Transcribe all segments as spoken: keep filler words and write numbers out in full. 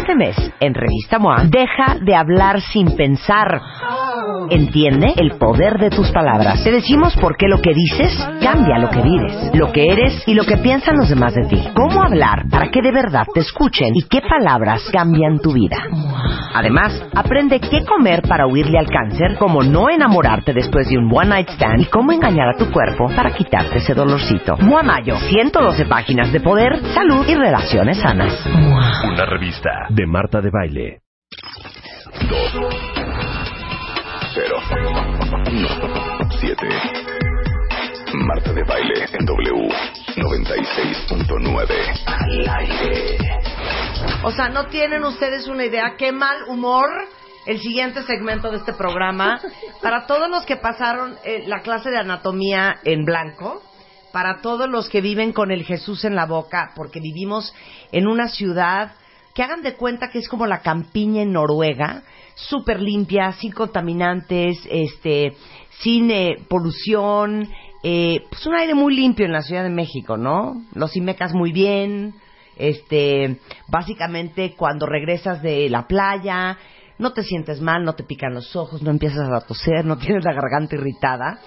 Este mes, en Revista M O A, deja de hablar sin pensar. Entiende el poder de tus palabras. Te decimos por qué lo que dices cambia lo que vives, lo que eres y lo que piensan los demás de ti. Cómo hablar para que de verdad te escuchen y qué palabras cambian tu vida. Además, aprende qué comer para huirle al cáncer, cómo no enamorarte después de un one night stand y cómo engañar a tu cuerpo para quitarte ese dolorcito. M O A Mayo, ciento doce páginas de poder, salud y relaciones sanas. Una revista de Marta de Baile. Dos. Cero. Uno. Siete. Marta de Baile en W noventa y seis punto nueve. Al aire. O sea, ¿no tienen ustedes una idea? ¡Qué mal humor! El siguiente segmento de este programa. Para todos los que pasaron eh, la clase de anatomía en blanco, para todos los que viven con el Jesús en la boca, porque vivimos en una ciudad que hagan de cuenta que es como la campiña en Noruega, súper limpia, sin contaminantes, este, sin eh, polución, eh, pues un aire muy limpio en la Ciudad de México, ¿no? Los Imecas muy bien, este, básicamente cuando regresas de la playa no te sientes mal, no te pican los ojos, no empiezas a toser, no tienes la garganta irritada.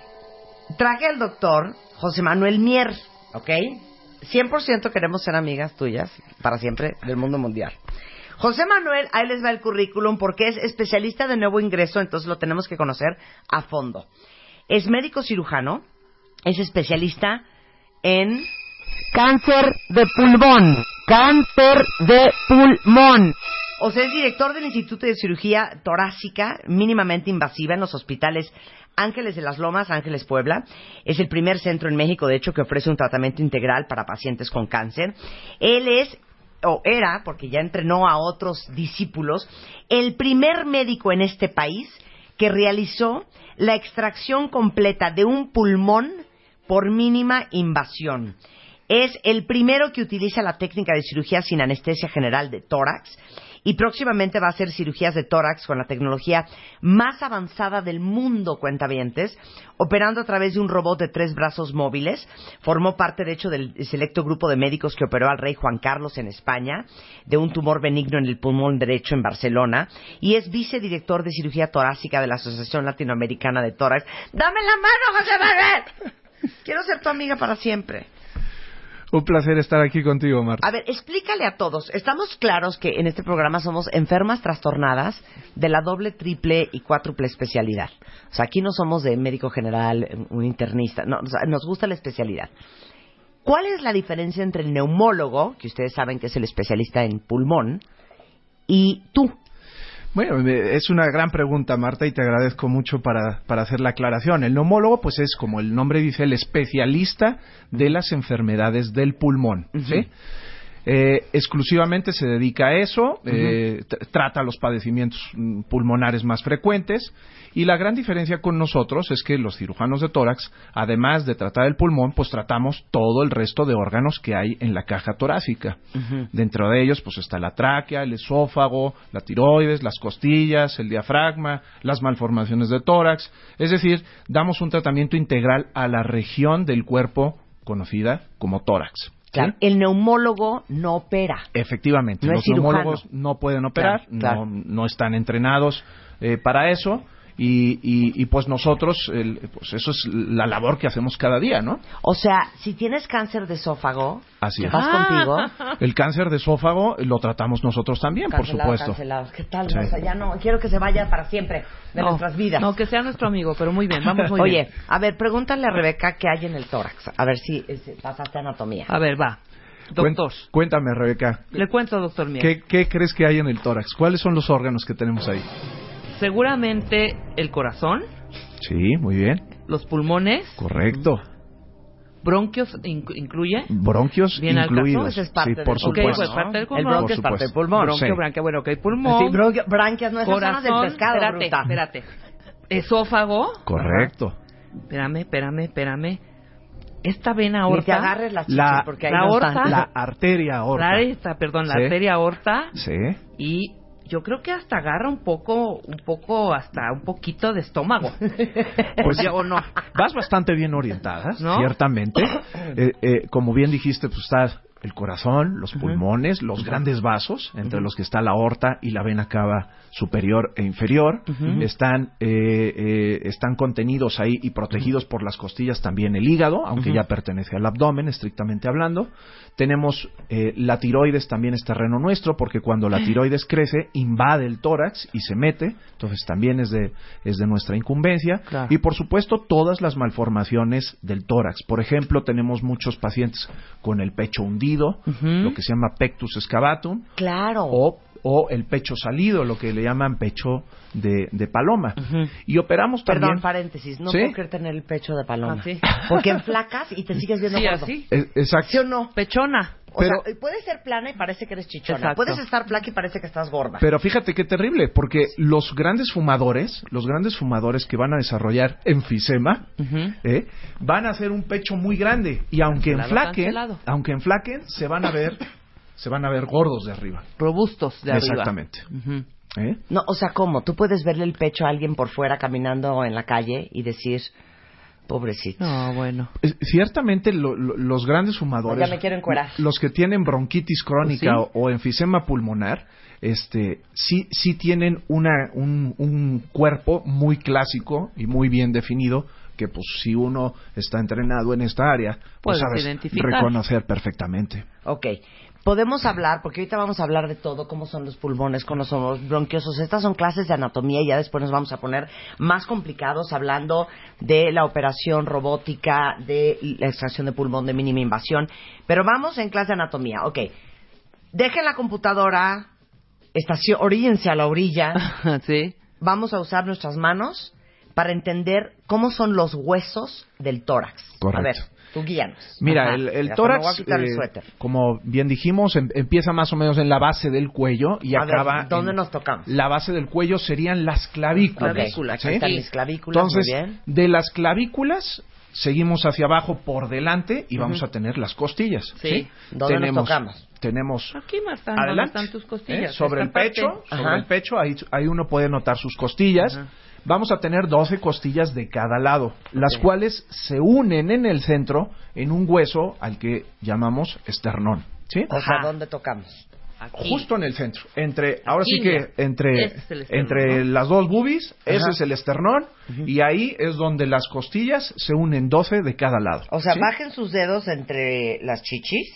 Traje al doctor José Manuel Mier, ¿ok? cien por ciento queremos ser amigas tuyas para siempre del mundo mundial. José Manuel, ahí les va el currículum porque es especialista de nuevo ingreso, entonces lo tenemos que conocer a fondo. Es médico cirujano, es especialista en cáncer de pulmón, cáncer de pulmón. O sea, es director del Instituto de Cirugía Torácica Mínimamente Invasiva en los hospitales Ángeles de las Lomas, Ángeles Puebla. Es el primer centro en México, de hecho, que ofrece un tratamiento integral para pacientes con cáncer. Él es, o era, porque ya entrenó a otros discípulos, el primer médico en este país que realizó la extracción completa de un pulmón por mínima invasión. Es el primero que utiliza la técnica de cirugía sin anestesia general de tórax y próximamente va a hacer cirugías de tórax con la tecnología más avanzada del mundo, cuentavientes, operando a través de un robot de tres brazos móviles. Formó parte, de hecho, del selecto grupo de médicos que operó al rey Juan Carlos en España, de un tumor benigno en el pulmón derecho en Barcelona, y es vicedirector de cirugía torácica de la Asociación Latinoamericana de Tórax. ¡Dame la mano, José Manuel! Quiero ser tu amiga para siempre. Un placer estar aquí contigo, Marta. A ver, explícale a todos. Estamos claros que en este programa somos enfermas trastornadas de la doble, triple y cuádruple especialidad. O sea, aquí no somos de médico general, un internista. No, o sea, nos gusta la especialidad. ¿Cuál es la diferencia entre el neumólogo, que ustedes saben que es el especialista en pulmón, y tú? Bueno, es una gran pregunta, Marta, y te agradezco mucho para, para hacer la aclaración. El neumólogo, pues es, como el nombre dice, el especialista de las enfermedades del pulmón, uh-huh. ¿sí? Eh, exclusivamente se dedica a eso, uh-huh. eh, t- trata los padecimientos pulmonares más frecuentes, y la gran diferencia con nosotros es que los cirujanos de tórax, además de tratar el pulmón, pues tratamos todo el resto de órganos que hay en la caja torácica. Uh-huh. Dentro de ellos, pues está la tráquea, el esófago, la tiroides, las costillas, el diafragma, las malformaciones de tórax. Es decir, damos un tratamiento integral a la región del cuerpo conocida como tórax. Claro, ¿sí? El neumólogo no opera. Efectivamente, no los neumólogos no pueden operar, claro, claro. No, no están entrenados eh, para eso. Y, y, y pues nosotros, el, pues eso es la labor que hacemos cada día, ¿no? O sea, si tienes cáncer de esófago, así es. ¿vas ah. contigo? El cáncer de esófago lo tratamos nosotros también, cancelado, por supuesto. Cancelados. ¿Qué tal? Sí. O sea, ya no, quiero que se vaya para siempre de no, nuestras vidas. No, que sea nuestro amigo, pero muy bien, vamos muy Oye, bien. Oye, a ver, pregúntale a Rebeca qué hay en el tórax. A ver si es, pasaste anatomía. A ver, va. Doctor. Cuéntame, Rebeca. Le cuento, doctor Mier. ¿Qué, ¿Qué crees que hay en el tórax? ¿Cuáles son los órganos que tenemos ahí? Seguramente el corazón. Sí, muy bien. Los pulmones. Correcto. ¿Bronquios inc- incluye? Bronquios ¿Bien incluidos. Es parte sí, por pulmón, supuesto. ¿no? Parte del pulmón. El bronquio es parte del pulmón. Bronquio, sí. branquia, bueno, ok, pulmón. Sí, bronquio, branquias no, esas corazón, son las del pescado, espérate, bruta. espérate. Esófago. Correcto. Ajá. Espérame, espérame, espérame. Esta vena aorta. Ni te agarres las chichis la, porque ahí la no aorta, están. La arteria aorta. La arteria, perdón, la ¿Sí? arteria aorta. Sí. Y yo creo que hasta agarra un poco, un poco, hasta un poquito de estómago. Pues o no. Vas bastante bien orientada, ¿no? ciertamente. Eh, eh, como bien dijiste, pues está el corazón, los pulmones, uh-huh. los uh-huh. grandes vasos, entre uh-huh. los que está la aorta y la vena cava superior e inferior. Uh-huh. Están, eh, eh, están contenidos ahí y protegidos uh-huh. por las costillas también el hígado, aunque uh-huh. ya pertenece al abdomen, estrictamente hablando. Tenemos eh, la tiroides, también es terreno nuestro, porque cuando la tiroides crece, invade el tórax y se mete, entonces también es de, es de nuestra incumbencia. Claro. Y por supuesto, todas las malformaciones del tórax. Por ejemplo, tenemos muchos pacientes con el pecho hundido, uh-huh. lo que se llama pectus excavatum. Claro. O, o el pecho salido, lo que le llaman pecho de, de paloma. Uh-huh. Y operamos también... Perdón, paréntesis, no ¿Sí? puedo creer tener el pecho de paloma. Ah, ¿sí? Porque enflacas y te sigues viendo sí, gordo. ¿así? Es, exacto. ¿Sí o no? Pechona. O Pero, sea, puedes ser plana y parece que eres chichona. Exacto. Puedes estar flaca y parece que estás gorda. Pero fíjate qué terrible, porque los grandes fumadores, los grandes fumadores que van a desarrollar enfisema, uh-huh. ¿eh? van a hacer un pecho muy grande y aunque cancelado, enflaquen, cancelado. aunque enflaquen, se van a ver, se van a ver gordos de arriba, robustos de arriba. Exactamente. Uh-huh. ¿Eh? No, o sea, ¿cómo? Tú puedes verle el pecho a alguien por fuera caminando en la calle y decir, pobrecito. No, bueno. Eh, Ciertamente lo, lo, los grandes fumadores, ya me quiero encuerar. los que tienen bronquitis crónica ¿Sí? o, o enfisema pulmonar, este, sí, sí tienen una, un, un cuerpo muy clásico y muy bien definido, que pues si uno está entrenado en esta área, pues sabes reconocer perfectamente. Ok. Podemos hablar, porque ahorita vamos a hablar de todo, cómo son los pulmones, cómo son los bronquiosos. Estas son clases de anatomía y ya después nos vamos a poner más complicados hablando de la operación robótica, de la extracción de pulmón de mínima invasión. Pero vamos en clase de anatomía. Ok. Dejen la computadora, estación, oríllense a la orilla. Sí. Vamos a usar nuestras manos para entender cómo son los huesos del tórax. Correcto. A ver, tú guíanos. Mira, Ajá. el, el Mira, tórax, el eh, como bien dijimos, em, empieza más o menos en la base del cuello y a acaba ver, ¿dónde en nos tocamos? La base del cuello serían las clavículas. Clavículas, ¿sí? Ahí están mis clavículas. Entonces, muy bien. de las clavículas seguimos hacia abajo por delante y uh-huh. vamos a tener las costillas. Sí. ¿sí? ¿Dónde tenemos, nos tocamos? Tenemos aquí, Marta, adelante, están tus costillas. ¿eh? Sobre el pecho, parte. sobre Ajá. el pecho, ahí, ahí uno puede notar sus costillas. Ajá. Vamos a tener doce costillas de cada lado, las okay. cuales se unen en el centro en un hueso al que llamamos esternón. ¿Sí? O sea, ¿dónde tocamos? Aquí. Justo en el centro. Entre, ahora Aquí, sí que entre, es esternón, entre ¿no? las dos boobies, Ajá. ese es el esternón, uh-huh. y ahí es donde las costillas se unen doce de cada lado. O sea, ¿sí? bajen sus dedos entre las chichis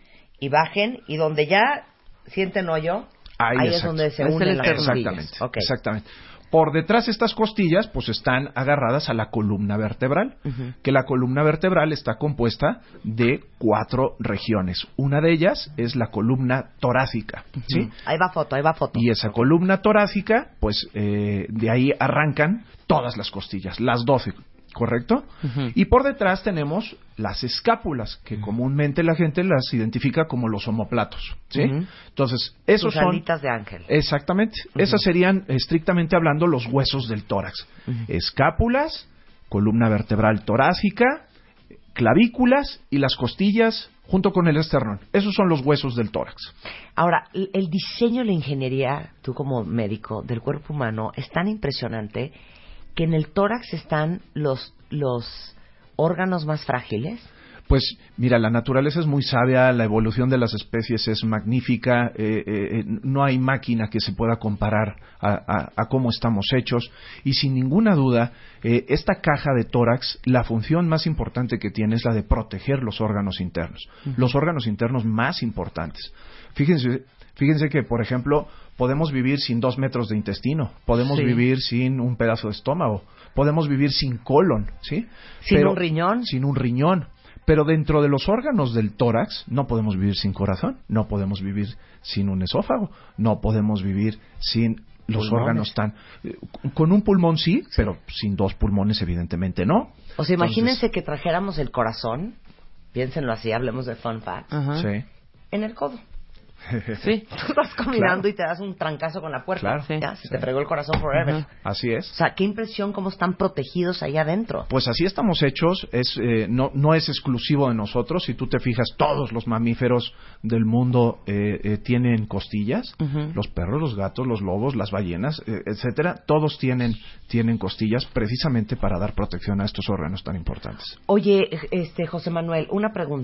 y bajen, y donde ya sienten hoyo, ahí, ahí es donde se unen las costillas. Exactamente, okay. exactamente. Por detrás de estas costillas, pues están agarradas a la columna vertebral, uh-huh. que la columna vertebral está compuesta de cuatro regiones. Una de ellas es la columna torácica, uh-huh. ¿sí? Ahí va foto, ahí va foto. Y esa columna torácica, pues eh, de ahí arrancan todas las costillas, las doce, ¿correcto? Uh-huh. Y por detrás tenemos las escápulas, que uh-huh. comúnmente la gente las identifica como los omóplatos, ¿sí? Uh-huh. Entonces, esos Sus son... alitas de ángel. Exactamente. Uh-huh. Esas serían, estrictamente hablando, los huesos del tórax. Uh-huh. Escápulas, columna vertebral torácica, clavículas y las costillas junto con el esternón. Esos son los huesos del tórax. Ahora, el diseño, la ingeniería, tú como médico del cuerpo humano, es tan impresionante que en el tórax están los, los órganos más frágiles. Pues mira, la naturaleza es muy sabia, la evolución de las especies es magnífica, eh, eh, no hay máquina que se pueda comparar a, a, a cómo estamos hechos y sin ninguna duda eh, esta caja de tórax, la función más importante que tiene es la de proteger los órganos internos, uh-huh. los órganos internos más importantes. Fíjense, fíjense que, por ejemplo, podemos vivir sin dos metros de intestino, podemos sí. vivir sin un pedazo de estómago, podemos vivir sin colon, ¿sí? Sin Pero, un riñón. Sin un riñón. Pero dentro de los órganos del tórax no podemos vivir sin corazón, no podemos vivir sin un esófago, no podemos vivir sin los Pulmones. órganos tan... Eh, con un pulmón sí, sí, pero sin dos pulmones evidentemente no. O sea, imagínense Entonces, que trajéramos el corazón, piénsenlo así, hablemos de fun facts, uh-huh. sí. en el codo. Sí. Tú vas caminando claro. y te das un trancazo con la puerta. Claro. Sí. Ya, se sí. te fregó el corazón forever. Uh-huh. Así es. O sea, qué impresión cómo están protegidos ahí adentro. Pues así estamos hechos. Es eh, no no es exclusivo de nosotros. Si tú te fijas, todos los mamíferos del mundo eh, eh, tienen costillas. Uh-huh. Los perros, los gatos, los lobos, las ballenas, eh, etcétera. Todos tienen tienen costillas precisamente para dar protección a estos órganos tan importantes. Oye, este José Manuel, una pregunta.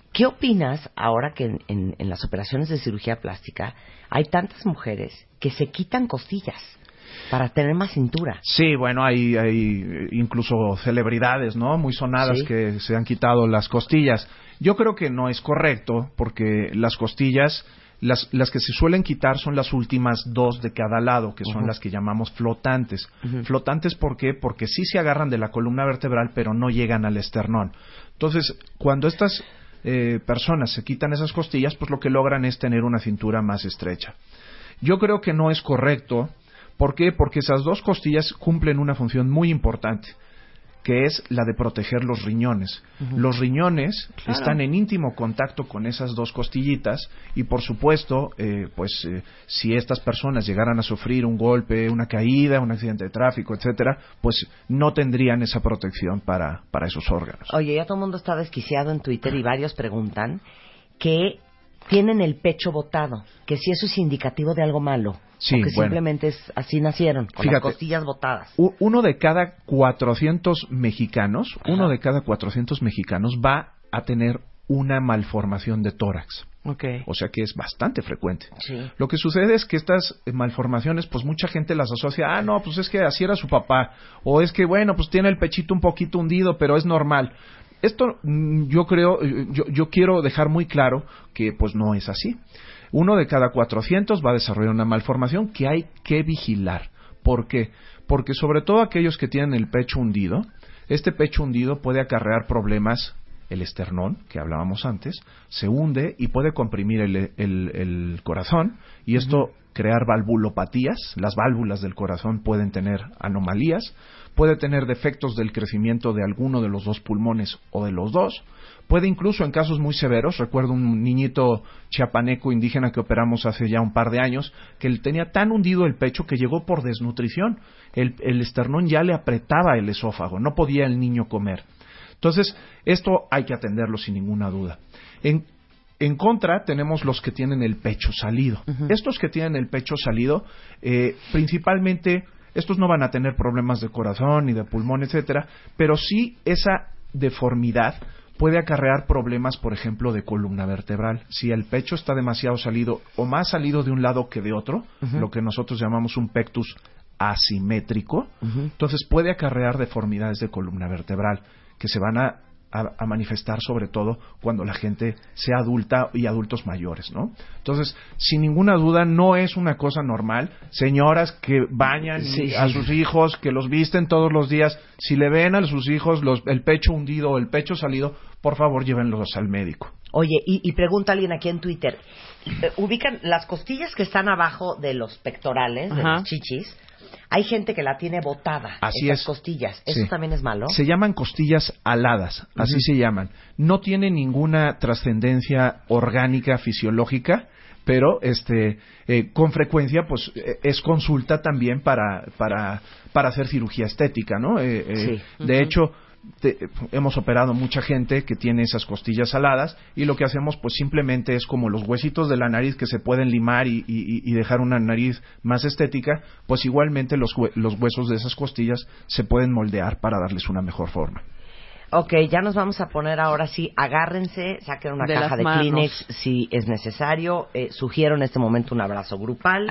¿Qué opinas ahora que en, en, en las operaciones de cirugía plástica hay tantas mujeres que se quitan costillas para tener más cintura? Sí, bueno, hay, hay incluso celebridades, ¿no? Muy sonadas, ¿sí?, que se han quitado las costillas. Yo creo que no es correcto, porque las costillas, las, las que se suelen quitar son las últimas dos de cada lado, que son uh-huh. las que llamamos flotantes. Uh-huh. Flotantes, ¿por qué? Porque sí se agarran de la columna vertebral, pero no llegan al esternón. Entonces, cuando estas eh, personas se quitan esas costillas, pues lo que logran es tener una cintura más estrecha. Yo creo que no es correcto. ¿Por qué? Porque esas dos costillas cumplen una función muy importante, que es la de proteger los riñones. Uh-huh. Los riñones claro. están en íntimo contacto con esas dos costillitas y, por supuesto, eh, pues eh, si estas personas llegaran a sufrir un golpe, una caída, un accidente de tráfico, etcétera, pues no tendrían esa protección para, para esos órganos. Oye, ya todo el mundo está desquiciado en Twitter y varios preguntan que tienen el pecho botado, que si eso es indicativo de algo malo. Sí, o que bueno. simplemente es, así nacieron, con Fíjate, las costillas botadas. Uno de cada cuatrocientos mexicanos, Ajá. uno de cada cuatrocientos mexicanos va a tener una malformación de tórax. Okay. O sea que es bastante frecuente. Sí. Lo que sucede es que estas malformaciones, pues mucha gente las asocia, ah, no, pues es que así era su papá, o es que, bueno, pues tiene el pechito un poquito hundido, pero es normal. Esto yo creo, yo, yo quiero dejar muy claro que pues no es así. Uno de cada cuatrocientos va a desarrollar una malformación que hay que vigilar. ¿Por qué? Porque sobre todo aquellos que tienen el pecho hundido, este pecho hundido puede acarrear problemas. El esternón, que hablábamos antes, se hunde y puede comprimir el, el, el corazón, y esto uh-huh. crear valvulopatías. Las válvulas del corazón pueden tener anomalías, puede tener defectos del crecimiento de alguno de los dos pulmones o de los dos, puede incluso en casos muy severos, recuerdo un niñito chiapaneco indígena que operamos hace ya un par de años, que él tenía tan hundido el pecho que llegó por desnutrición, el, el esternón ya le apretaba el esófago, no podía el niño comer. Entonces, esto hay que atenderlo sin ninguna duda. En, en contra, tenemos los que tienen el pecho salido. Uh-huh. Estos que tienen el pecho salido, eh, principalmente, estos no van a tener problemas de corazón ni de pulmón, etcétera, pero sí esa deformidad puede acarrear problemas, por ejemplo, de columna vertebral. Si el pecho está demasiado salido o más salido de un lado que de otro, uh-huh. lo que nosotros llamamos un pectus asimétrico, uh-huh. entonces puede acarrear deformidades de columna vertebral, que se van a, a, a manifestar sobre todo cuando la gente sea adulta y adultos mayores, ¿no? Entonces, sin ninguna duda, no es una cosa normal. Señoras que bañan sí, a sí. sus hijos, que los visten todos los días, si le ven a sus hijos los, el pecho hundido o el pecho salido, por favor, llévenlos al médico. Oye, y, y pregunta alguien aquí en Twitter, ubican las costillas que están abajo de los pectorales, Ajá. de los chichis. Hay gente que la tiene botada, Así esas es. costillas. ¿Eso sí. también es malo? Se llaman costillas aladas, así uh-huh. se llaman. No tiene ninguna trascendencia orgánica, fisiológica, pero este eh, con frecuencia pues eh, es consulta también para para para hacer cirugía estética, ¿no? Eh, eh, sí. uh-huh. De hecho, Te, hemos operado mucha gente que tiene esas costillas aladas, y lo que hacemos pues simplemente es como los huesitos de la nariz que se pueden limar y, y, y dejar una nariz más estética, pues igualmente los, los huesos de esas costillas se pueden moldear para darles una mejor forma. Ok, ya nos vamos a poner ahora sí, agárrense, saquen una de caja de manos. Kleenex si es necesario, eh, sugiero en este momento un abrazo grupal,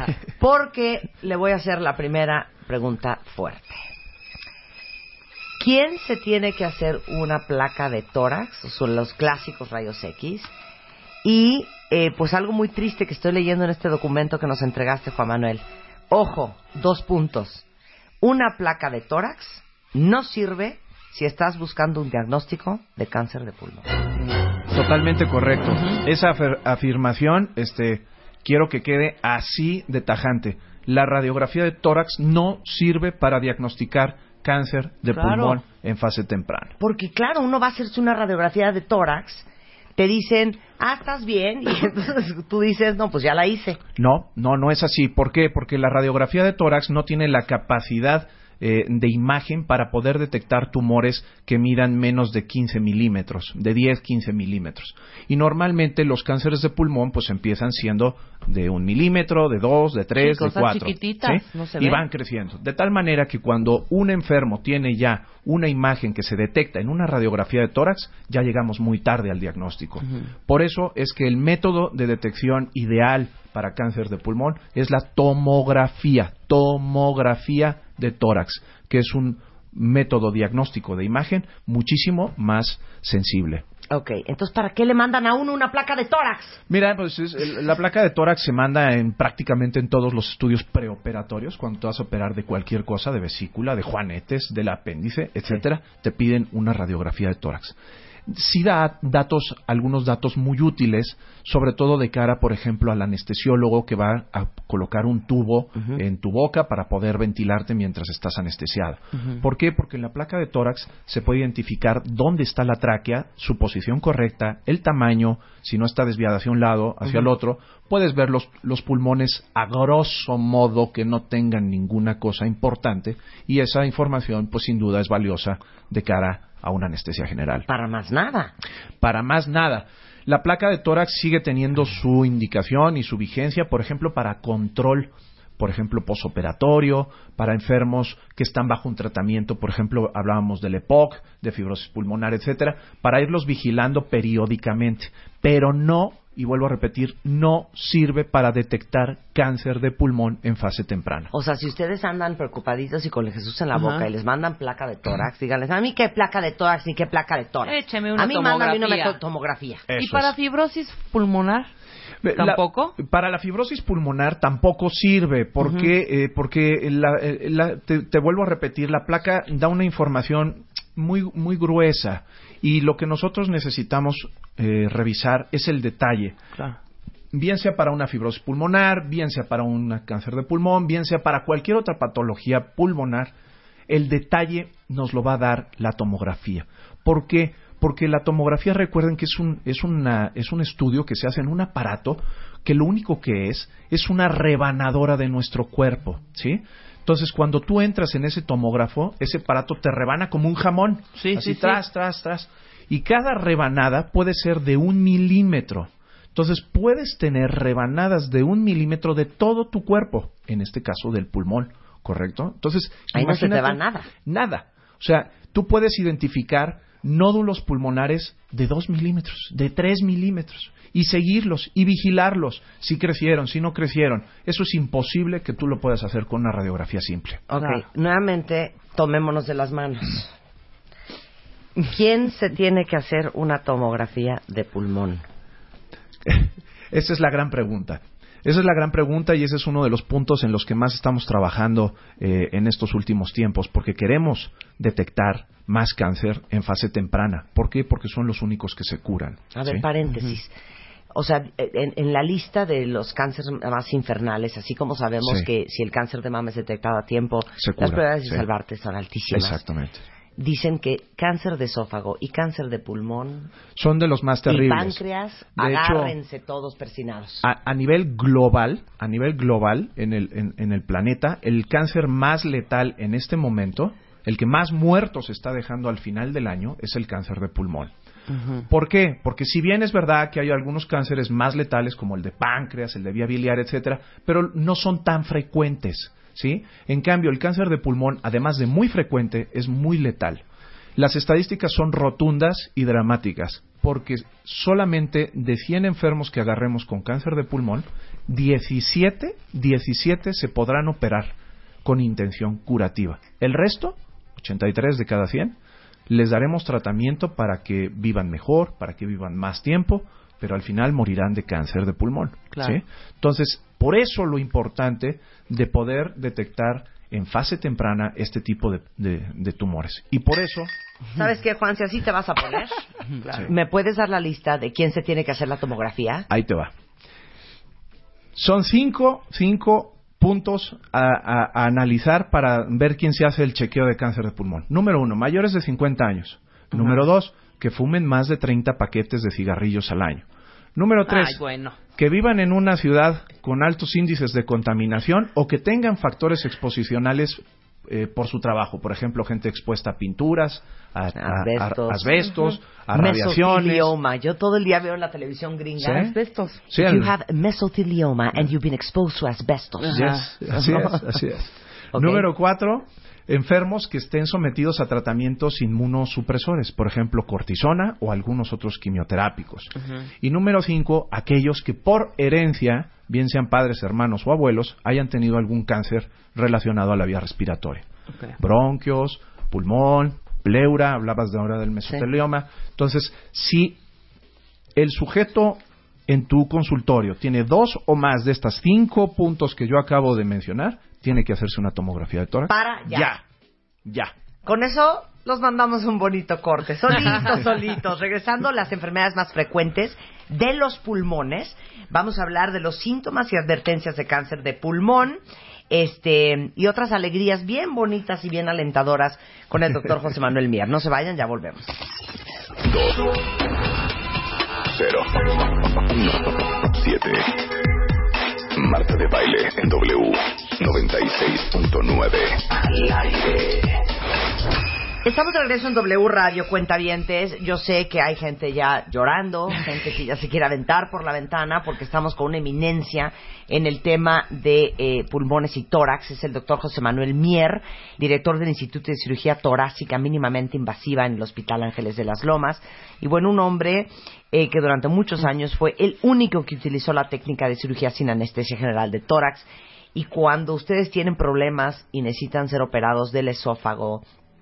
porque le voy a hacer la primera pregunta fuerte. ¿Quién se tiene que hacer una placa de tórax? Son los clásicos rayos X. Y eh, pues algo muy triste que estoy leyendo en este documento que nos entregaste, Juan Manuel. Ojo, dos puntos. Una placa de tórax no sirve si estás buscando un diagnóstico de cáncer de pulmón. Totalmente correcto. Uh-huh. Esa afir- afirmación, este, quiero que quede así de tajante. La radiografía de tórax no sirve para diagnosticar cáncer de claro. pulmón en fase temprana. Porque claro, uno va a hacerse una radiografía de tórax, te dicen, ah, estás bien, y entonces tú dices, no, pues ya la hice. No, no, no es así. ¿Por qué? Porque la radiografía de tórax no tiene la capacidad eh, de imagen para poder detectar tumores que midan menos de quince milímetros, de diez, quince milímetros. Y normalmente los cánceres de pulmón pues empiezan siendo de un milímetro, de dos, de tres, sí, de cuatro. Chiquititas, ¿sí? no se y ven. van creciendo. De tal manera que cuando un enfermo tiene ya una imagen que se detecta en una radiografía de tórax, ya llegamos muy tarde al diagnóstico. Uh-huh. Por eso es que el método de detección ideal para cáncer de pulmón es la tomografía, tomografía de tórax, que es un método diagnóstico de imagen muchísimo más sensible. Ok, entonces, ¿para qué le mandan a uno una placa de tórax? Mira, pues es, el, la placa de tórax se manda en prácticamente en todos los estudios preoperatorios. Cuando tú vas a operar de cualquier cosa, de vesícula, de juanetes, del apéndice, etcétera, sí. Te piden una radiografía de tórax. Sí da datos, algunos datos muy útiles, sobre todo de cara, por ejemplo, al anestesiólogo que va a colocar un tubo uh-huh. en tu boca para poder ventilarte mientras estás anestesiado. Uh-huh. ¿Por qué? Porque en la placa de tórax se puede identificar dónde está la tráquea, su posición correcta, el tamaño, si no está desviada hacia un lado, hacia uh-huh. el otro. Puedes ver los, los pulmones a grosso modo que no tengan ninguna cosa importante, y esa información, pues sin duda, es valiosa de cara a una anestesia general. Para más nada. Para más nada. La placa de tórax sigue teniendo su indicación y su vigencia, por ejemplo, para control, por ejemplo, posoperatorio, para enfermos que están bajo un tratamiento, por ejemplo, hablábamos del E P O C, de fibrosis pulmonar, etcétera, para irlos vigilando periódicamente, pero no, y vuelvo a repetir, no sirve para detectar cáncer de pulmón en fase temprana. O sea, si ustedes andan preocupaditos y con el Jesús en la Ajá. boca y les mandan placa de tórax, díganles, a mí qué placa de tórax ni qué placa de tórax. Écheme una a mí tomografía. mándame una tomografía. Eso ¿Y para es. fibrosis pulmonar? ¿Tampoco? La, para la fibrosis pulmonar tampoco sirve, porque, uh-huh. eh, porque la, la, te, te vuelvo a repetir, la placa da una información muy, muy gruesa, y lo que nosotros necesitamos eh, revisar es el detalle. Claro. Bien sea para una fibrosis pulmonar, bien sea para un cáncer de pulmón, bien sea para cualquier otra patología pulmonar, el detalle nos lo va a dar la tomografía. ¿Por qué? Porque la tomografía, recuerden que es un, es, una, es un estudio que se hace en un aparato que lo único que es, es una rebanadora de nuestro cuerpo, ¿sí? Entonces, cuando tú entras en ese tomógrafo, ese aparato te rebana como un jamón, sí, así sí, tras, sí. tras, tras. Y cada rebanada puede ser de un milímetro. Entonces, puedes tener rebanadas de un milímetro de todo tu cuerpo, en este caso del pulmón, ¿correcto? Entonces, ahí no se te va nada. Nada. O sea, tú puedes identificar nódulos pulmonares de dos milímetros, de tres milímetros, y seguirlos y vigilarlos, si crecieron, si no crecieron. Eso es imposible que tú lo puedas hacer con una radiografía simple. Ok, ah. nuevamente, tomémonos de las manos. ¿Quién se tiene que hacer una tomografía de pulmón? Esa es la gran pregunta. Esa es la gran pregunta, y ese es uno de los puntos en los que más estamos trabajando eh, en estos últimos tiempos, porque queremos detectar más cáncer en fase temprana. ¿Por qué? Porque son los únicos que se curan. A ver, ¿sí? paréntesis. Uh-huh. O sea, en, en la lista de los cánceres más infernales, así como sabemos sí. que si el cáncer de mama es detectado a tiempo, se cura, las probabilidades de sí. salvarte son altísimas. Exactamente. Dicen que cáncer de esófago y cáncer de pulmón son de los más terribles. Y páncreas, de agárrense hecho, todos persinados. A, a nivel global, a nivel global en el en, en el planeta, el cáncer más letal en este momento, el que más muertos está dejando al final del año, es el cáncer de pulmón. Uh-huh. ¿Por qué? Porque si bien es verdad que hay algunos cánceres más letales como el de páncreas, el de vía biliar, etcétera, pero no son tan frecuentes. ¿Sí? En cambio, el cáncer de pulmón, además de muy frecuente, es muy letal. Las estadísticas son rotundas y dramáticas, porque solamente de cien enfermos que agarremos con cáncer de pulmón, diecisiete, diecisiete se podrán operar con intención curativa. El resto, ochenta y tres de cada cien, les daremos tratamiento para que vivan mejor, para que vivan más tiempo, pero al final morirán de cáncer de pulmón. Claro. ¿Sí? Entonces, por eso lo importante de poder detectar en fase temprana este tipo de, de, de tumores. Y por eso... ¿Sabes qué, Juan? Si así te vas a poner, claro. ¿Me puedes dar la lista de quién se tiene que hacer la tomografía? Ahí te va. Son cinco, cinco puntos a, a, a analizar para ver quién se hace el chequeo de cáncer de pulmón. Número uno, mayores de cincuenta años. Uh-huh. Número dos, que fumen más de treinta paquetes de cigarrillos al año. Número tres, Ay, bueno. que vivan en una ciudad con altos índices de contaminación o que tengan factores exposicionales eh, por su trabajo. Por ejemplo, gente expuesta a pinturas, a, a, Asbestos. a, a, asbestos, uh-huh. a radiaciones. Mesothelioma. Yo todo el día veo en la televisión gringa. ¿Sí? Asbestos. Sí, If you el- have mesothelioma and you've been exposed to asbestos. Yes, así es, así es. Ok. Número cuatro, enfermos que estén sometidos a tratamientos inmunosupresores, por ejemplo, cortisona o algunos otros quimioterápicos. Uh-huh. Y número cinco, aquellos que por herencia, bien sean padres, hermanos o abuelos, hayan tenido algún cáncer relacionado a la vía respiratoria. Okay. Bronquios, pulmón, pleura, hablabas de ahora del mesotelioma. Sí. Entonces, si el sujeto en tu consultorio tiene dos o más de estas cinco puntos que yo acabo de mencionar, tiene que hacerse una tomografía de tórax. Para ya. Ya. Ya. Con eso los mandamos un bonito corte. Solitos, solitos. Regresando a las enfermedades más frecuentes de los pulmones, vamos a hablar de los síntomas y advertencias de cáncer de pulmón, este y otras alegrías bien bonitas y bien alentadoras con el doctor José Manuel Mier. No se vayan, ya volvemos. Dos. Cero. Uno. Siete. Marta de Baile en W noventa y seis punto nueve. Al aire. Estamos de regreso en W Radio, cuentavientes. Yo sé que hay gente ya llorando, gente que ya se quiere aventar por la ventana porque estamos con una eminencia en el tema de eh, pulmones y tórax. Es el doctor José Manuel Mier, director del Instituto de Cirugía Torácica Mínimamente Invasiva en el Hospital Ángeles de las Lomas. Y bueno, un hombre eh, que durante muchos años fue el único que utilizó la técnica de cirugía sin anestesia general de tórax. Y cuando ustedes tienen problemas y necesitan ser operados del esófago,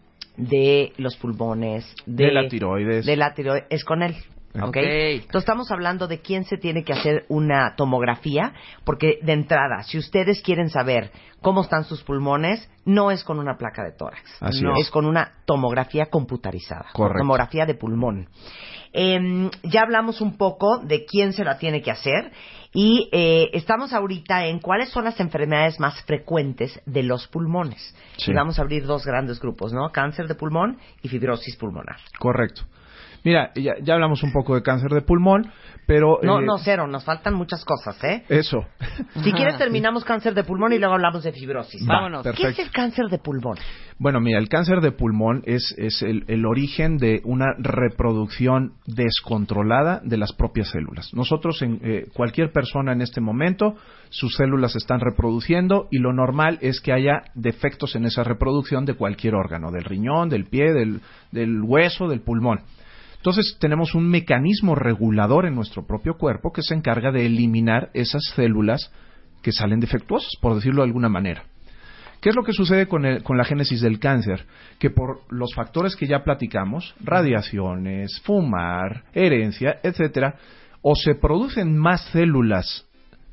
de los pulmones, de, de la tiroides, de la tiroides, es con él. ¿Okay? Okay. Entonces estamos hablando de quién se tiene que hacer una tomografía, porque de entrada, si ustedes quieren saber cómo están sus pulmones, no es con una placa de tórax, Así no, es. es con una tomografía computarizada, Correcto. tomografía de pulmón. Eh, ya hablamos un poco de quién se la tiene que hacer y eh, estamos ahorita en cuáles son las enfermedades más frecuentes de los pulmones. Sí. Y vamos a abrir dos grandes grupos, ¿no? Cáncer de pulmón y fibrosis pulmonar. Correcto. Mira, ya, ya hablamos un poco de cáncer de pulmón, pero... No, eh, no, cero, nos faltan muchas cosas, ¿eh? Eso. Si quieres terminamos cáncer de pulmón y luego hablamos de fibrosis. Va, Vámonos. ¿Qué perfecto. es el cáncer de pulmón? Bueno, mira, el cáncer de pulmón es, es el, el origen de una reproducción descontrolada de las propias células. Nosotros, en, eh, cualquier persona en este momento, sus células se están reproduciendo y lo normal es que haya defectos en esa reproducción de cualquier órgano, del riñón, del pie, del, del hueso, del pulmón. Entonces tenemos un mecanismo regulador en nuestro propio cuerpo que se encarga de eliminar esas células que salen defectuosas, por decirlo de alguna manera. ¿Qué es lo que sucede con, el, con la génesis del cáncer? Que por los factores que ya platicamos, radiaciones, fumar, herencia, etcétera, o se producen más células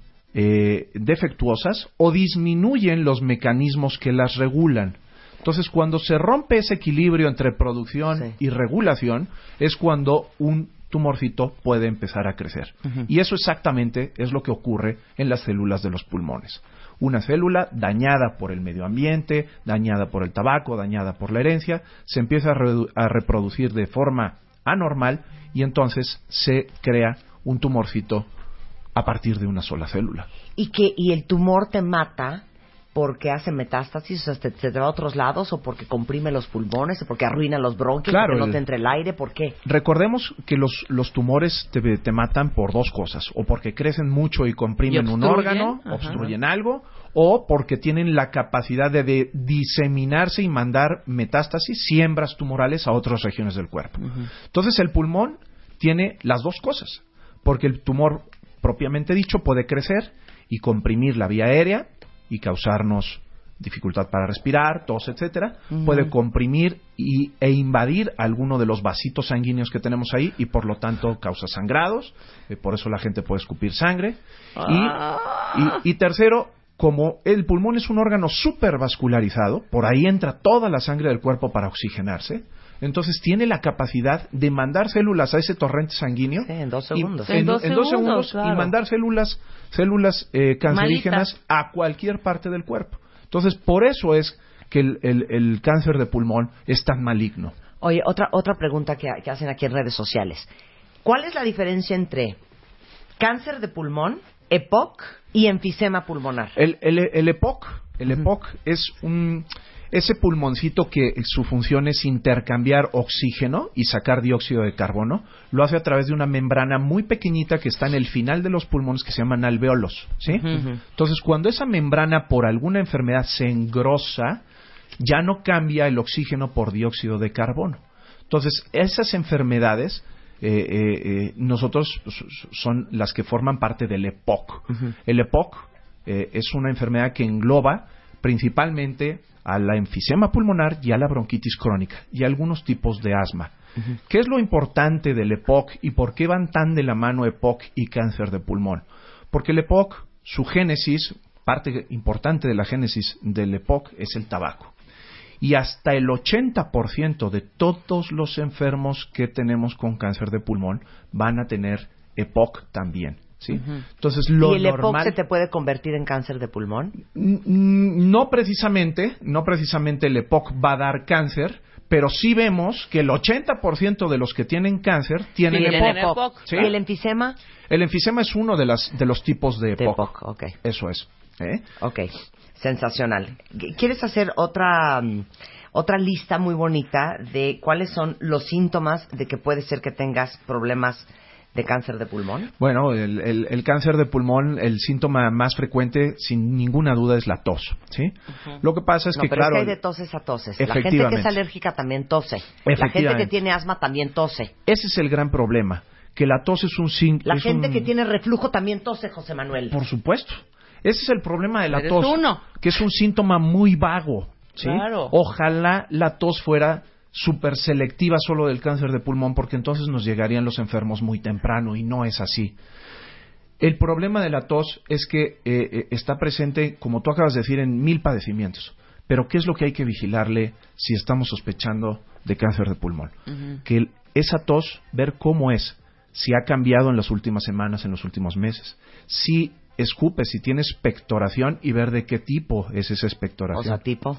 eh, defectuosas o disminuyen los mecanismos que las regulan. Entonces, cuando se rompe ese equilibrio entre producción Sí. y regulación, es cuando un tumorcito puede empezar a crecer. Uh-huh. Y eso exactamente es lo que ocurre en las células de los pulmones. Una célula dañada por el medio ambiente, dañada por el tabaco, dañada por la herencia, se empieza a, redu- a reproducir de forma anormal y entonces se crea un tumorcito a partir de una sola célula. Y que y el tumor te mata porque hace metástasis, o sea, te, te va a otros lados, o porque comprime los pulmones, o porque arruina los bronquios, Claro, porque no el- te entre el aire, ¿por qué? Recordemos que los, los tumores te, te matan por dos cosas, o porque crecen mucho y comprimen ¿Y un obstruyen? órgano, Ajá. obstruyen algo, o porque tienen la capacidad de, de diseminarse y mandar metástasis, siembras tumorales a otras regiones del cuerpo. Uh-huh. Entonces el pulmón tiene las dos cosas, porque el tumor propiamente dicho puede crecer y comprimir la vía aérea y causarnos dificultad para respirar, tos, etcétera. Uh-huh. Puede comprimir y, e invadir alguno de los vasitos sanguíneos que tenemos ahí y por lo tanto causa sangrados, eh, por eso la gente puede escupir sangre. Ah. Y, y, y tercero, como el pulmón es un órgano súper vascularizado, por ahí entra toda la sangre del cuerpo para oxigenarse, entonces tiene la capacidad de mandar células a ese torrente sanguíneo Sí, en dos y- segundos. en, En dos en dos segundos, segundos claro. y mandar células células eh, cancerígenas Malitas. a cualquier parte del cuerpo. Entonces, por eso es que el, el, el cáncer de pulmón es tan maligno. Oye, otra otra pregunta que, que hacen aquí en redes sociales. ¿Cuál es la diferencia entre cáncer de pulmón, E P O C y enfisema pulmonar? El, el, el E P O C, el Ujú. E P O C es un ese pulmoncito que su función es intercambiar oxígeno y sacar dióxido de carbono, lo hace a través de una membrana muy pequeñita que está en el final de los pulmones que se llaman alvéolos, ¿sí? Uh-huh. Entonces, cuando esa membrana por alguna enfermedad se engrosa, ya no cambia el oxígeno por dióxido de carbono. Entonces, esas enfermedades eh, eh, eh, nosotros son las que forman parte del E P O C. Uh-huh. El E P O C eh, es una enfermedad que engloba principalmente a la enfisema pulmonar y a la bronquitis crónica y a algunos tipos de asma. Uh-huh. ¿Qué es lo importante del E P O C y por qué van tan de la mano E P O C y cáncer de pulmón? Porque el E P O C, su génesis, parte importante de la génesis del E P O C es el tabaco. Y hasta el ochenta por ciento de todos los enfermos que tenemos con cáncer de pulmón van a tener E P O C también. ¿Sí? Uh-huh. Entonces, lo ¿Y el normal... E P O C se te puede convertir en cáncer de pulmón? No precisamente, no precisamente el E P O C va a dar cáncer, pero sí vemos que el ochenta por ciento de los que tienen cáncer tienen E P O C. ¿Sí? ¿Y el enfisema? El enfisema es uno de, las, de los tipos de E P O C. De E P O C, okay. Eso es. ¿Eh? Ok, sensacional. ¿Quieres hacer otra... Um, otra lista muy bonita de cuáles son los síntomas de que puede ser que tengas problemas de cáncer de pulmón? Bueno, el, el, el cáncer de pulmón, el síntoma más frecuente, sin ninguna duda, es la tos, ¿sí? Uh-huh. Lo que pasa es no, que, pero claro... es que hay de toses a toses. La gente que es alérgica también tose. La gente que tiene asma también tose. Ese es el gran problema, que la tos es un síntoma... La gente un... que tiene reflujo también tose, José Manuel. Por supuesto. Ese es el problema de la Eres tos, uno. que es un síntoma muy vago, ¿sí? Claro. Ojalá la tos fuera súper selectiva solo del cáncer de pulmón, porque entonces nos llegarían los enfermos muy temprano, y no es así. El problema de la tos es que eh, está presente, como tú acabas de decir, en mil padecimientos. Pero ¿qué es lo que hay que vigilarle si estamos sospechando de cáncer de pulmón? Uh-huh. Que el, esa tos, ver cómo es, si ha cambiado en las últimas semanas, en los últimos meses, si escupe, si tiene expectoración, y ver de qué tipo es esa expectoración. O sea, tipo...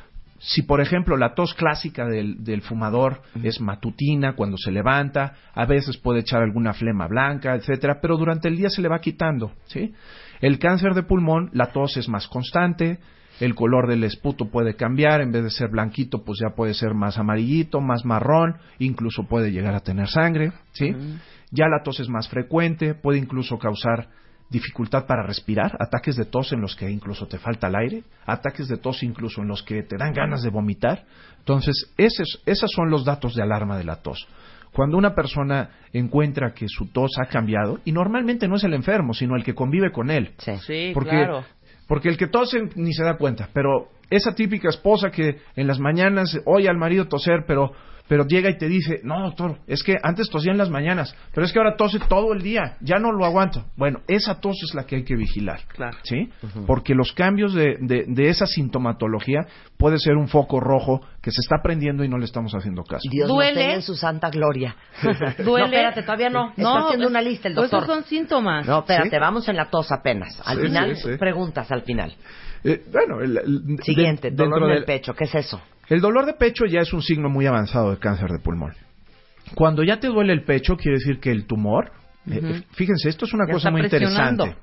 Si, por ejemplo, la tos clásica del, del fumador uh-huh. es matutina, cuando se levanta, a veces puede echar alguna flema blanca, etcétera, pero durante el día se le va quitando, ¿sí? El cáncer de pulmón, la tos es más constante, el color del esputo puede cambiar, en vez de ser blanquito, pues ya puede ser más amarillito, más marrón, incluso puede llegar a tener sangre, ¿sí? Uh-huh. Ya la tos es más frecuente, puede incluso causar dificultad para respirar, ataques de tos en los que incluso te falta el aire, ataques de tos incluso en los que te dan ganas de vomitar. Entonces, esos, esos son los datos de alarma de la tos. Cuando una persona encuentra que su tos ha cambiado, y normalmente no es el enfermo, sino el que convive con él. Sí, sí, porque, claro. Porque el que tose ni se da cuenta, pero esa típica esposa que en las mañanas oye al marido toser, pero... pero llega y te dice, no, doctor, es que antes tosía en las mañanas, pero es que ahora tose todo el día, ya no lo aguanto. Bueno, esa tos es la que hay que vigilar, claro. ¿sí? Uh-huh. Porque los cambios de, de, de esa sintomatología puede ser un foco rojo que se está prendiendo y no le estamos haciendo caso. Dios nos tenga en su santa gloria. ¿Duele? No, espérate, todavía no. Está no, haciendo una lista el doctor. Esos son síntomas. No, espérate, ¿Sí? Vamos en la tos apenas. Al sí, final, sí, sí. preguntas al final. Eh, bueno, el, el, Siguiente, de, dolor en el del, pecho, ¿qué es eso? El dolor de pecho ya es un signo muy avanzado de cáncer de pulmón. Cuando ya te duele el pecho, quiere decir que el tumor... Uh-huh. eh, fíjense, esto es una ya cosa muy interesante.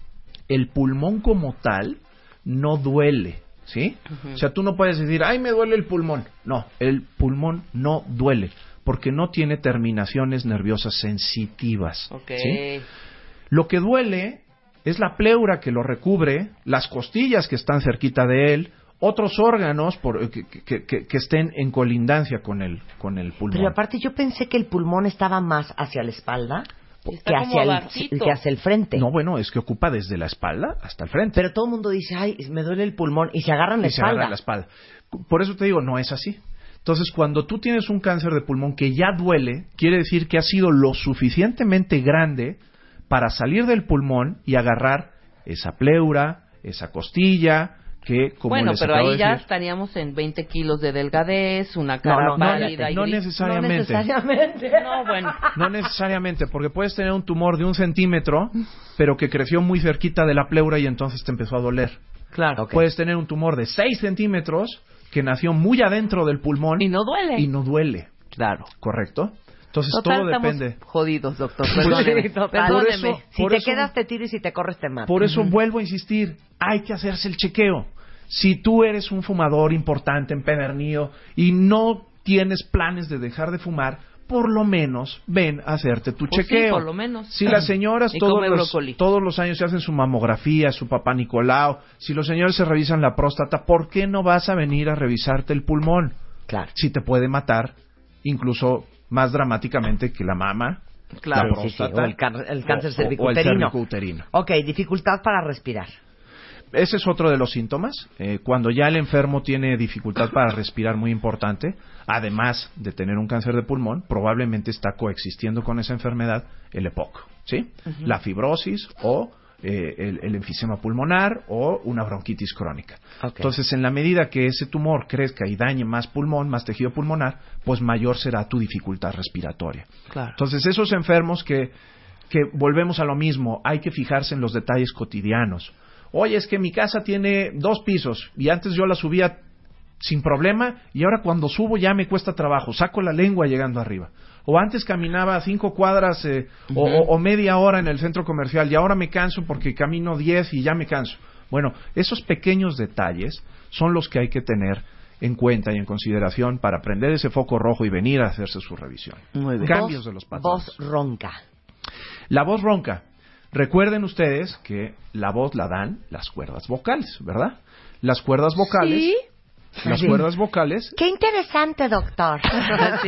El pulmón como tal no duele, ¿sí? Uh-huh. O sea, tú no puedes decir, ay, me duele el pulmón. No, el pulmón no duele, porque no tiene terminaciones nerviosas sensitivas. Okay. ¿Sí? Lo que duele es la pleura que lo recubre, las costillas que están cerquita de él, otros órganos por, que, que, que, que estén en colindancia con el, con el pulmón. Pero aparte yo pensé que el pulmón estaba más hacia la espalda que hacia, el, que hacia el frente. No, bueno, es que ocupa desde la espalda hasta el frente. Pero todo el mundo dice, ay, me duele el pulmón, y se agarran la y espalda. se agarran la espalda. Por eso te digo, no es así. Entonces, cuando tú tienes un cáncer de pulmón que ya duele, quiere decir que ha sido lo suficientemente grande para salir del pulmón y agarrar esa pleura, esa costilla, que como bueno, les pero acabo ahí de ya decir, estaríamos en veinte kilos de delgadez, una cara no, no, pálida no, y no gris. necesariamente. No necesariamente. No, bueno. No necesariamente, porque puedes tener un tumor de un centímetro, pero que creció muy cerquita de la pleura y entonces te empezó a doler. Claro. Okay. Puedes tener un tumor de seis centímetros que nació muy adentro del pulmón y no duele. Y no duele. Claro. ¿Correcto? Entonces total, todo depende. Estamos jodidos, doctor. Pues, Perdóneme. Sí, total. Perdóneme. Por eso, si por te eso, quedas te tiras y si te corres te matas. Por eso uh-huh. vuelvo a insistir, hay que hacerse el chequeo. Si tú eres un fumador importante, empedernido, y no tienes planes de dejar de fumar, por lo menos ven a hacerte tu Pues chequeo. sí, por lo menos. Si las señoras Y todos come los, brócoli. todos los años se hacen su mamografía, su papá Nicolau, si los señores se revisan la próstata, ¿por qué no vas a venir a revisarte el pulmón? Claro. Si te puede matar, incluso más dramáticamente que la mama, Claro. la Sí, sí, sí, próstata, o el, car- el cáncer o- o- o el cervicuterino. cervicuterino. Ok, dificultad para respirar. Ese es otro de los síntomas. Eh, cuando ya el enfermo tiene dificultad para respirar muy importante, además de tener un cáncer de pulmón, probablemente está coexistiendo con esa enfermedad el E P O C, ¿sí? Uh-huh. La fibrosis o eh, el, el enfisema pulmonar o una bronquitis crónica. Okay. Entonces, en la medida que ese tumor crezca y dañe más pulmón, más tejido pulmonar, pues mayor será tu dificultad respiratoria. Claro. Entonces, esos enfermos que, que volvemos a lo mismo, hay que fijarse en los detalles cotidianos. Oye, es que mi casa tiene dos pisos y antes yo la subía sin problema y ahora cuando subo ya me cuesta trabajo, saco la lengua llegando arriba. O antes caminaba cinco cuadras eh, uh-huh. o, o media hora en el centro comercial y ahora me canso porque camino diez y ya me canso. Bueno, esos pequeños detalles son los que hay que tener en cuenta y en consideración para prender ese foco rojo y venir a hacerse su revisión. Muy bien. Cambios voz, de los patrones. Voz ronca. La voz ronca. Recuerden ustedes que la voz la dan las cuerdas vocales, ¿verdad? Las cuerdas vocales. ¿Sí? Las sí. cuerdas vocales. Qué interesante, doctor. Sí.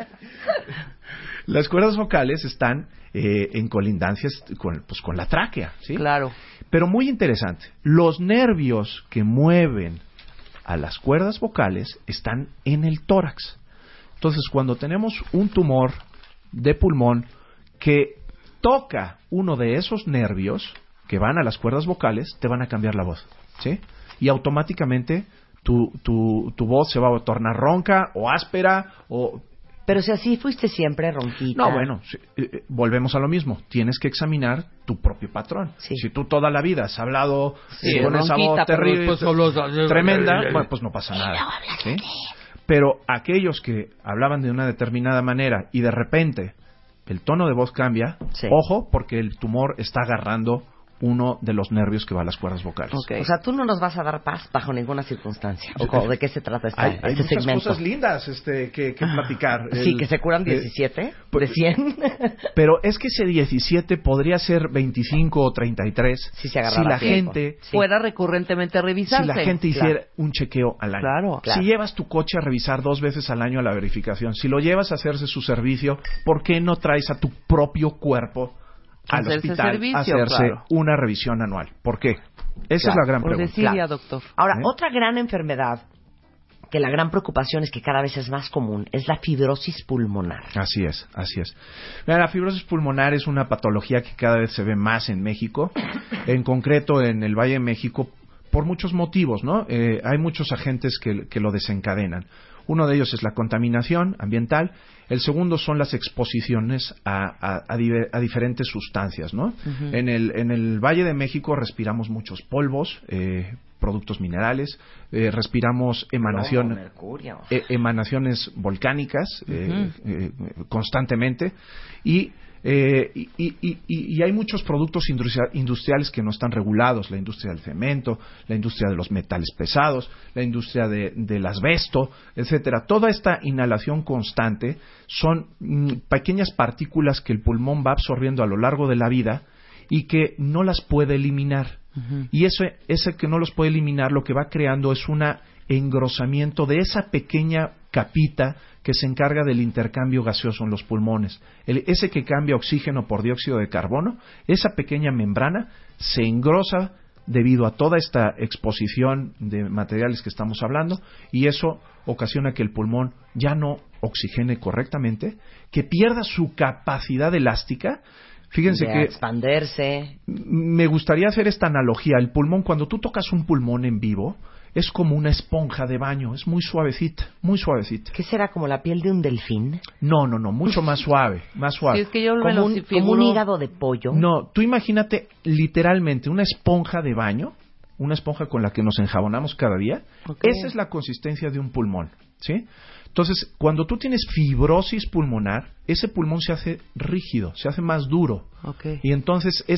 Las cuerdas vocales están eh, en colindancias con, pues, con la tráquea, ¿sí? Claro. Pero muy interesante, los nervios que mueven a las cuerdas vocales están en el tórax. Entonces, cuando tenemos un tumor de pulmón que toca uno de esos nervios que van a las cuerdas vocales, te van a cambiar la voz, ¿sí? Y automáticamente tu, tu, tu voz se va a tornar ronca o áspera o... Pero si así fuiste siempre ronquita. No, bueno, sí, eh, volvemos a lo mismo. Tienes que examinar tu propio patrón. Sí. Si tú toda la vida has hablado sí, con esa voz terrible, tremenda, bueno, pues no pasa nada. ¿Sí? Pero aquellos que hablaban de una determinada manera y de repente el tono de voz cambia, sí. Ojo, porque el tumor está agarrando uno de los nervios que va a las cuerdas vocales. Okay. O sea, tú no nos vas a dar paz bajo ninguna circunstancia. ¿O de qué se trata este, hay, este hay muchas segmento? Cosas lindas este, que, que platicar. Sí, el, que se curan diecisiete eh, de cien. Pero es que ese diecisiete podría ser veinticinco o treinta y tres si, se si la tiempo. gente sí. fuera recurrentemente revisarse. Si la gente claro. hiciera un chequeo al año. Claro, claro. Si llevas tu coche a revisar dos veces al año a la verificación, si lo llevas a hacerse su servicio, ¿por qué no traes a tu propio cuerpo al hacerse hospital servicio, a hacerse claro. una revisión anual? ¿Por qué? Esa claro, es la gran por pregunta. Desidia, claro. doctor. Ahora, ¿Eh? otra gran enfermedad que la gran preocupación es que cada vez es más común es la fibrosis pulmonar. Así es, así es. Mira, la fibrosis pulmonar es una patología que cada vez se ve más en México, en concreto en el Valle de México, por muchos motivos, ¿no? Eh, hay muchos agentes que, que lo desencadenan. Uno de ellos es la contaminación ambiental. El segundo son las exposiciones a, a, a, di a diferentes sustancias, ¿no? Uh-huh. En el, en el Valle de México respiramos muchos polvos, eh, productos minerales, eh, respiramos emanación, mercurio. eh, emanaciones volcánicas eh, uh-huh. eh, constantemente y Eh, y, y, y, y hay muchos productos industria industriales que no están regulados, la industria del cemento, la industria de los metales pesados, la industria de, del asbesto, etcétera. Toda esta inhalación constante son mm, pequeñas partículas que el pulmón va absorbiendo a lo largo de la vida y que no las puede eliminar. Uh-huh. Y ese, ese que no los puede eliminar lo que va creando es un engrosamiento de esa pequeña capita que se encarga del intercambio gaseoso en los pulmones. El, ese que cambia oxígeno por dióxido de carbono, esa pequeña membrana se engrosa debido a toda esta exposición de materiales que estamos hablando y eso ocasiona que el pulmón ya no oxigene correctamente, que pierda su capacidad elástica. Fíjense de que expandirse. Me gustaría hacer esta analogía. El pulmón, cuando tú tocas un pulmón en vivo, es como una esponja de baño, es muy suavecita, muy suavecita. ¿Qué será, como la piel de un delfín? No, no, no, mucho más suave, más suave. Sí, es que yo como, me lo un, figuro... como un hígado de pollo. No, tú imagínate literalmente una esponja de baño, una esponja con la que nos enjabonamos cada día. Okay. Esa es la consistencia de un pulmón, ¿sí? Entonces, cuando tú tienes fibrosis pulmonar, ese pulmón se hace rígido, se hace más duro. Okay. Y entonces esa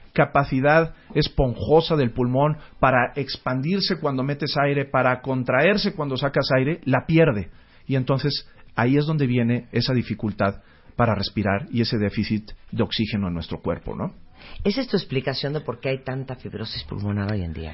capacidad esponjosa del pulmón para expandirse cuando metes aire, para contraerse cuando sacas aire, la pierde. Y entonces ahí es donde viene esa dificultad para respirar y ese déficit de oxígeno en nuestro cuerpo, ¿no? ¿Esa es tu explicación de por qué hay tanta fibrosis pulmonar hoy en día?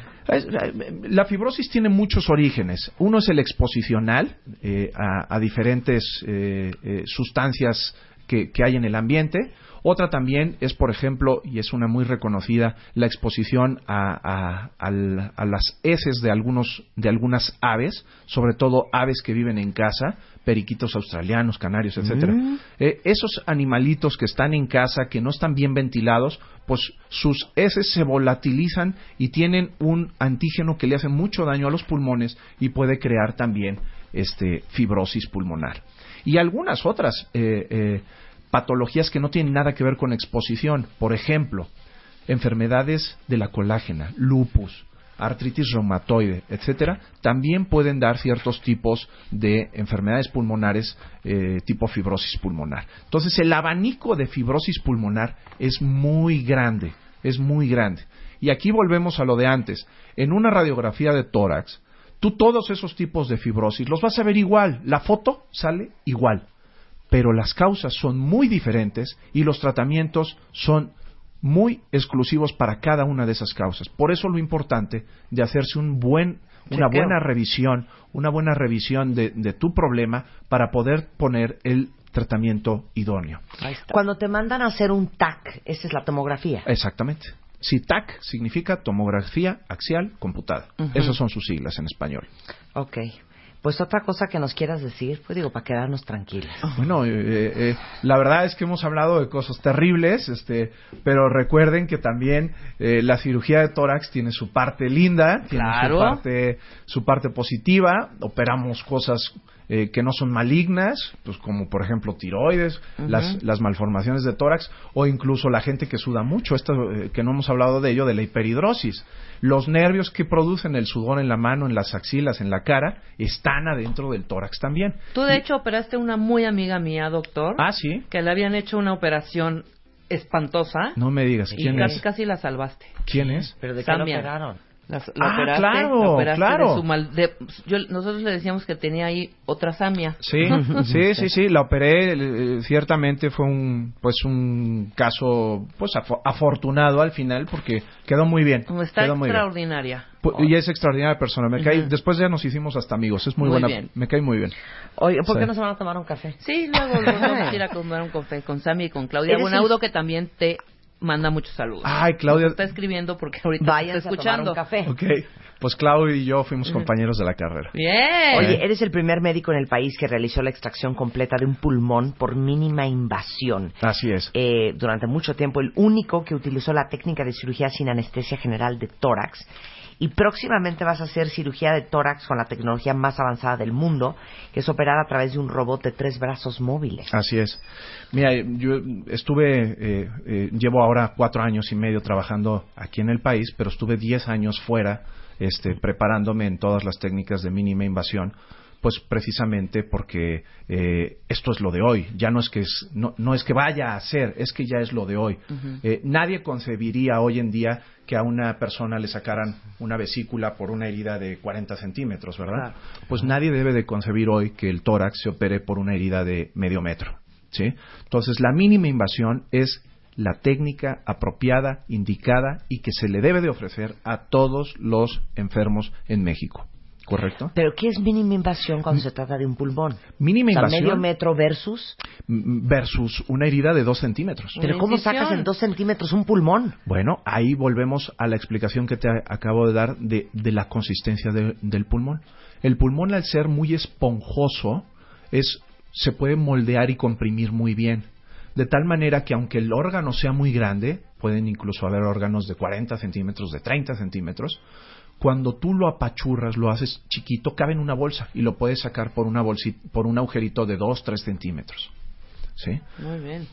La fibrosis tiene muchos orígenes. Uno es el exposicional eh, a, a diferentes eh, eh, sustancias que, que hay en el ambiente. Otra también es, por ejemplo, y es una muy reconocida, la exposición a, a, a, a las heces de, algunos, de algunas aves, sobre todo aves que viven en casa, periquitos australianos, canarios, etcétera. Mm. Eh, esos animalitos que están en casa, que no están bien ventilados, pues sus heces se volatilizan y tienen un antígeno que le hace mucho daño a los pulmones y puede crear también este, fibrosis pulmonar. Y algunas otras eh, eh, patologías que no tienen nada que ver con exposición. Por ejemplo, enfermedades de la colágena, lupus, artritis reumatoide, etcétera, también pueden dar ciertos tipos de enfermedades pulmonares eh, tipo fibrosis pulmonar. Entonces, el abanico de fibrosis pulmonar es muy grande, es muy grande. Y aquí volvemos a lo de antes. En una radiografía de tórax, tú todos esos tipos de fibrosis los vas a ver igual. La foto sale igual. Pero las causas son muy diferentes y los tratamientos son muy exclusivos para cada una de esas causas. Por eso lo importante de hacerse un buen, una Chequeo. buena revisión, una buena revisión de, de tu problema para poder poner el tratamiento idóneo. Cuando te mandan a hacer un T A C, esa es la tomografía. Exactamente. Si T A C significa tomografía axial computada. Uh-huh. Esas son sus siglas en español. Ok. Pues otra cosa que nos quieras decir, pues digo, para quedarnos tranquilos. Bueno, eh, eh, la verdad es que hemos hablado de cosas terribles, este, pero recuerden que también eh, la cirugía de tórax tiene su parte linda, tiene claro. su parte, su parte positiva. Operamos cosas eh, que no son malignas, pues como por ejemplo tiroides, uh-huh. las, las malformaciones de tórax, o incluso la gente que suda mucho, esto eh, que no hemos hablado de ello, de la hiperhidrosis. Los nervios que producen el sudor en la mano, en las axilas, en la cara, están adentro del tórax también. Tú, de y... hecho, operaste una muy amiga mía, doctor. Ah, ¿sí? Que le habían hecho una operación espantosa. No me digas, ¿quién y es? casi, casi la salvaste. ¿Quién es? ¿Pero de qué la operaron? La, la ah, operaste, claro, la operaste claro. De su mal, de, yo, nosotros le decíamos que tenía ahí otra samia. Sí, sí, sí, sí, la operé. Eh, ciertamente fue un, pues un caso, pues af- afortunado al final porque quedó muy bien. Como está quedó extraordinaria. Pues, y es extraordinaria persona. Me Uh-huh. cae, después ya nos hicimos hasta amigos. Es muy, muy buena. Bien. Me cae muy bien. Oye, ¿por sí. qué no se van a tomar un café? Sí, luego, luego vamos a ir a tomar un café con Sammy y con Claudia Bonaudo, el... que también te manda muchos saludos. Ay, Claudia. Nos está escribiendo porque ahorita Vayan está escuchando. A tomar un café. Ok. Pues Claudia y yo fuimos compañeros de la carrera. Bien. Oye, eres el primer médico en el país que realizó la extracción completa de un pulmón por mínima invasión. Así es. Eh, durante mucho tiempo, el único que utilizó la técnica de cirugía sin anestesia general de tórax. Y próximamente vas a hacer cirugía de tórax con la tecnología más avanzada del mundo, que es operar a través de un robot de tres brazos móviles. Así es. Mira, yo estuve, eh, eh, llevo ahora cuatro años y medio trabajando aquí en el país, pero estuve diez años fuera, este, preparándome en todas las técnicas de mínima invasión, pues precisamente porque eh, esto es lo de hoy. Ya no es que es, no, no es que vaya a ser, es que ya es lo de hoy. Uh-huh. Eh, nadie concebiría hoy en día que a una persona le sacaran una vesícula por una herida de cuarenta centímetros, ¿verdad? Claro. Pues nadie debe de concebir hoy que el tórax se opere por una herida de medio metro, ¿sí? Entonces, la mínima invasión es la técnica apropiada, indicada y que se le debe de ofrecer a todos los enfermos en México. ¿Correcto? ¿Pero qué es mínima invasión cuando se trata de un pulmón? Mínima o sea, invasión. medio metro versus... Versus una herida de dos centímetros. ¿Pero cómo sacas en dos centímetros un pulmón? Bueno, ahí volvemos a la explicación que te acabo de dar de, de la consistencia de, del pulmón. El pulmón, al ser muy esponjoso, es, se puede moldear y comprimir muy bien. De tal manera que aunque el órgano sea muy grande, pueden incluso haber órganos de cuarenta centímetros, de treinta centímetros, cuando tú lo apachurras, lo haces chiquito, cabe en una bolsa y lo puedes sacar por una bolsita, por un agujerito de dos, tres centímetros. ¿Sí? Muy bien.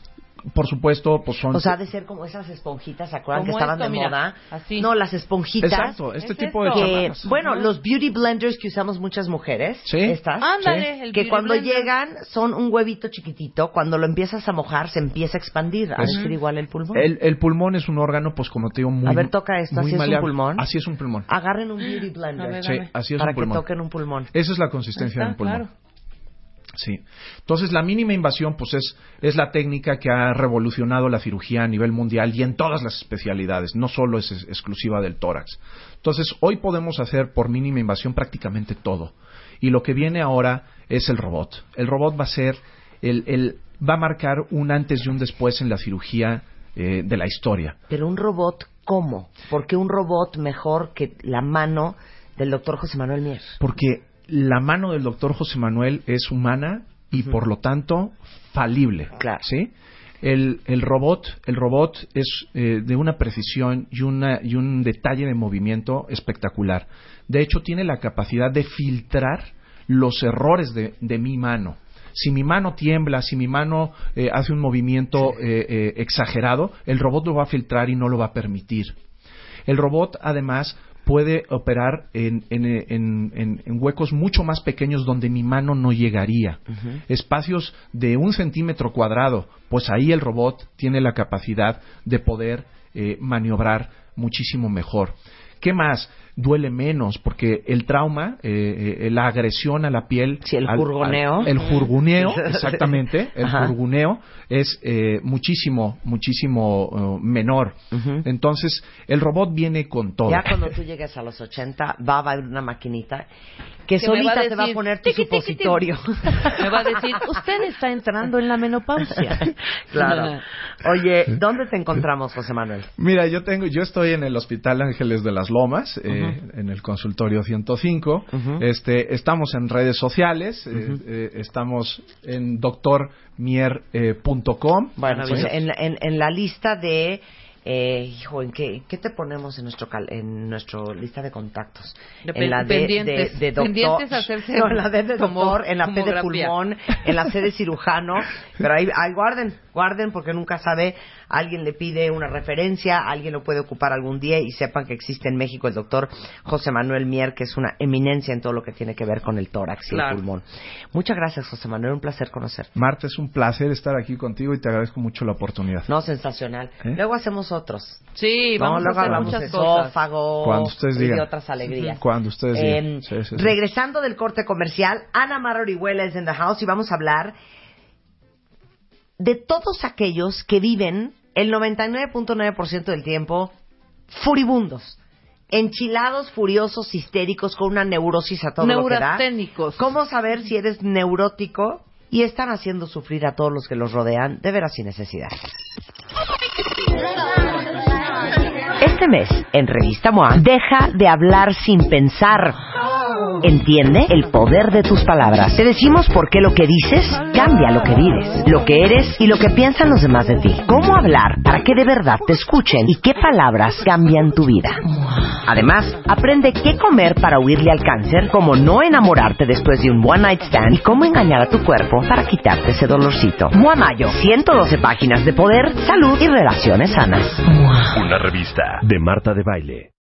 por supuesto, pues son... O sea, ha de ser como esas esponjitas, ¿se acuerdan que Como estaban esto, de mira, moda? así. No, las esponjitas. Exacto, este Es tipo de esto. Que, chamarras. bueno, Ajá. los beauty blenders que usamos muchas mujeres, Sí. estas, Ándale, Sí. el que beauty cuando blender. llegan son un huevito chiquitito, cuando lo empiezas a mojar se empieza a expandir, a Es- decir igual el pulmón. El, el pulmón es un órgano, pues como te digo, muy... A ver, toca esto, muy ¿así es un maleable. pulmón? Así es un pulmón. Agarren un beauty A blender ver, Sí, dame. así es para un que pulmón. toquen un pulmón. Esa es la Ahí consistencia está, del pulmón. claro. Sí. Entonces, la mínima invasión, pues es, es la técnica que ha revolucionado la cirugía a nivel mundial y en todas las especialidades, no solo es, es exclusiva del tórax. Entonces, hoy podemos hacer por mínima invasión prácticamente todo. Y lo que viene ahora es el robot. El robot va a ser, el, el, va a marcar un antes y un después en la cirugía eh, de la historia. Pero un robot, ¿cómo? ¿Por qué un robot mejor que la mano del doctor José Manuel Mier? Porque la mano del doctor José Manuel es humana y, uh-huh. por lo tanto, falible. Claro. ¿Sí? El, el robot, el robot es eh, de una precisión y, una, y un detalle de movimiento espectacular. De hecho, tiene la capacidad de filtrar los errores de, de mi mano. Si mi mano tiembla, si mi mano eh, hace un movimiento eh, eh, exagerado, el robot lo va a filtrar y no lo va a permitir. El robot, además, puede operar en, en, en, en, en huecos mucho más pequeños donde mi mano no llegaría. Uh-huh. Espacios de un centímetro cuadrado, pues ahí el robot tiene la capacidad de poder eh, maniobrar muchísimo mejor. ¿Qué más? Duele menos, porque el trauma, eh, eh, la agresión a la piel... Sí, el al, jurguneo. Al, el jurguneo, exactamente. El Ajá. jurguneo es eh, muchísimo, muchísimo uh, menor. Uh-huh. Entonces, el robot viene con todo. Ya cuando tú llegues a los ochenta, va a haber una maquinita que, que solita decir, te va a poner tu tiqui, tiqui, supositorio. Me va a decir, usted está entrando en la menopausia. Claro. Oye, ¿dónde te encontramos, José Manuel? Mira, yo tengo, yo estoy en el Hospital Ángeles de las Lomas, eh, uh-huh. en el consultorio ciento cinco. Uh-huh. Este, estamos en redes sociales, uh-huh. eh, eh, estamos en doctor mier punto com. Bueno, pues en, en, en la lista de Eh, hijo, ¿en qué, qué te ponemos en nuestro cal, en nuestro lista de contactos? De en la de, pendientes, de, de doctor, pendientes a hacerse no, en la D de doctor, tomo, en la P de pulmón, en la C de cirujano, pero ahí, ahí guarden, guarden porque nunca sabe, alguien le pide una referencia, alguien lo puede ocupar algún día y sepan que existe en México el doctor José Manuel Mier, que es una eminencia en todo lo que tiene que ver con el tórax y claro. el pulmón. Muchas gracias, José Manuel, un placer conocerte. Marta, es un placer estar aquí contigo y te agradezco mucho la oportunidad. No, sensacional. ¿Eh? Luego hacemos otros. Sí, no, vamos luego a hacer hablamos muchas de cosas. esófago Cuando ustedes digan. y de otras alegrías. Cuando ustedes eh, digan. Sí, sí, sí. Regresando del corte comercial, Ana Mar Orihuela es in the house y vamos a hablar de todos aquellos que viven el noventa y nueve punto nueve por ciento del tiempo furibundos, enchilados, furiosos, histéricos, con una neurosis a todo lo que da. Neurasténicos. ¿Cómo saber si eres neurótico y están haciendo sufrir a todos los que los rodean de veras sin necesidad? Este mes, en Revista M O A, deja de hablar sin pensar. Entiende el poder de tus palabras. Te decimos por qué lo que dices cambia lo que vives, lo que eres y lo que piensan los demás de ti. Cómo hablar para que de verdad te escuchen y qué palabras cambian tu vida. Además, aprende qué comer para huirle al cáncer, cómo no enamorarte después de un one night stand y cómo engañar a tu cuerpo para quitarte ese dolorcito. M O A Mayo, ciento doce páginas de poder, salud y relaciones sanas. Una revista de Marta de Baile.